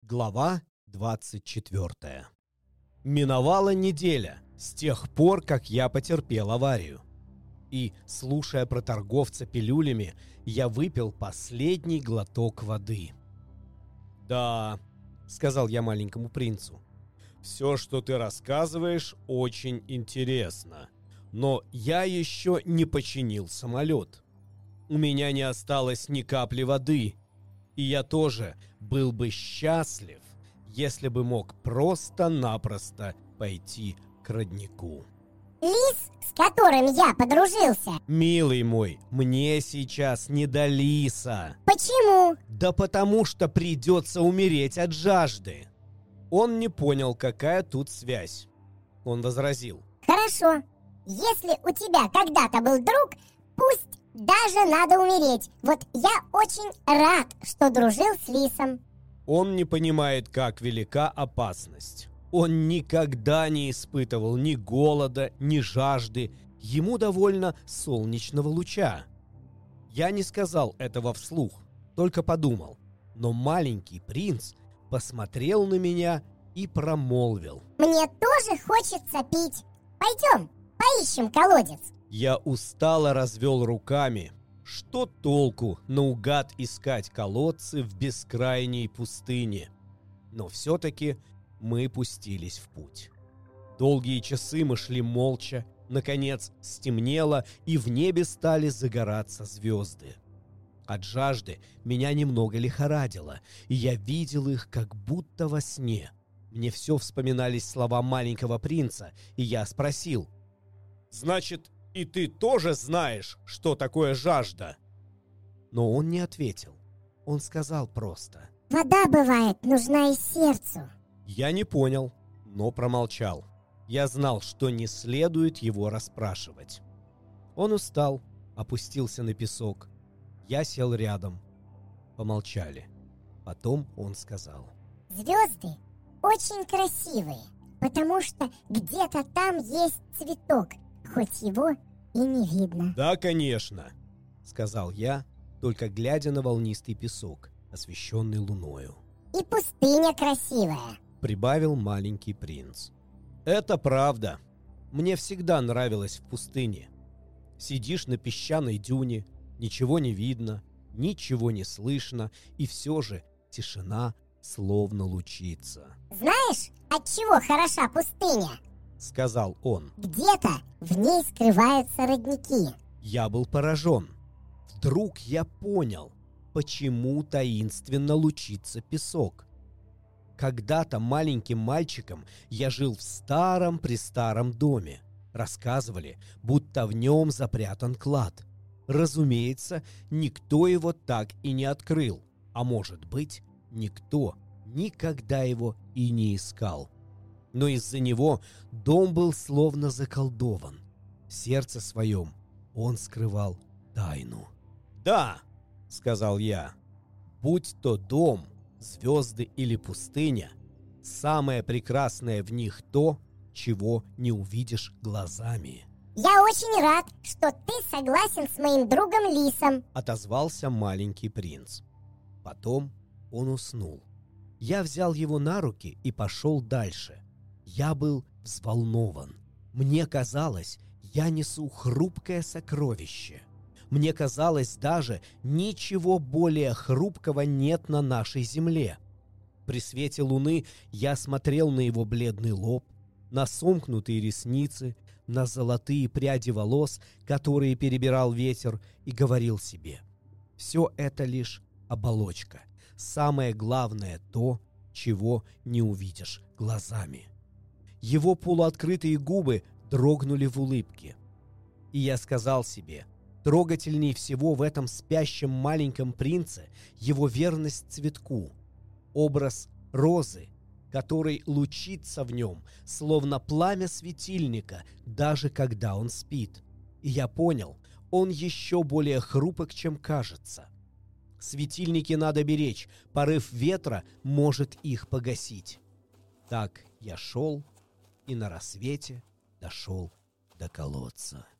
Глава 24. Миновала неделя с тех пор, как я потерпел аварию. И, слушая про торговца пилюлями, я выпил последний глоток воды. «Да», — сказал я маленькому принцу, — «все, что ты рассказываешь, очень интересно. Но я еще не починил самолет. У меня не осталось ни капли воды. И я тоже был бы счастлив, если бы мог просто-напросто пойти к роднику». Лис, с которым я подружился. «Милый мой, мне сейчас не до лиса». Почему? «Да потому что придется умереть от жажды». Он не понял, какая тут связь. Он возразил: Хорошо. Если у тебя когда-то был друг, пусть даже надо умереть. Вот я очень рад, что дружил с лисом. он не понимает, как велика опасность. Он никогда не испытывал ни голода, ни жажды. Ему довольно солнечного луча. Я не сказал этого вслух, только подумал. Но маленький принц посмотрел на меня и промолвил: Мне тоже хочется пить. Пойдем, поищем колодец. Я устало развел руками. Что толку наугад искать колодцы в бескрайней пустыне? Но все-таки мы пустились в путь. Долгие часы мы шли молча. Наконец стемнело, и в небе стали загораться звезды. От жажды меня немного лихорадило, и я видел их как будто во сне. Мне все вспоминались слова маленького принца, и я спросил: «Значит, и ты тоже знаешь, что такое жажда?» Но он не ответил. Он сказал просто: Вода бывает нужна и сердцу. Я не понял, но промолчал. Я знал, что не следует его расспрашивать. Он устал, опустился на песок. Я сел рядом. Помолчали. Потом он сказал: Звезды очень красивые, потому что где-то там есть цветок, хоть его и не видно. «Да, конечно», — сказал я, только глядя на волнистый песок, освещенный луною. И пустыня красивая. Прибавил маленький принц. «Это правда. Мне всегда нравилось в пустыне. Сидишь на песчаной дюне, ничего не видно, ничего не слышно, и все же тишина словно лучится», Знаешь, от чего хороша пустыня? — сказал он. Где-то в ней скрываются родники. Я был поражен. Вдруг я понял, почему таинственно лучится песок. Когда-то маленьким мальчиком я жил в старом-престаром доме. Рассказывали, будто в нем запрятан клад. Разумеется, никто его так и не открыл. А может быть, никто никогда его и не искал. Но из-за него дом был словно заколдован. В сердце своем он скрывал тайну. «Да», — сказал я, — «будь то дом, звезды или пустыня, самое прекрасное в них то, чего не увидишь глазами», Я очень рад, что ты согласен с моим другом Лисом. — отозвался маленький принц. Потом он уснул. Я взял его на руки и пошел дальше. Я был взволнован. Мне казалось, я несу хрупкое сокровище. Мне казалось, даже ничего более хрупкого нет на нашей земле. При свете луны я смотрел на его бледный лоб, на сомкнутые ресницы, на золотые пряди волос, которые перебирал ветер, и говорил себе: все это лишь оболочка. Самое главное то, чего не увидишь глазами. Его полуоткрытые губы дрогнули в улыбке. И я сказал себе: трогательней всего в этом спящем маленьком принце его верность цветку, образ розы, который лучится в нем, словно пламя светильника, даже когда он спит. И я понял, он еще более хрупок, чем кажется. Светильники надо беречь, порыв ветра может их погасить. Так я шел и на рассвете дошел до колодца.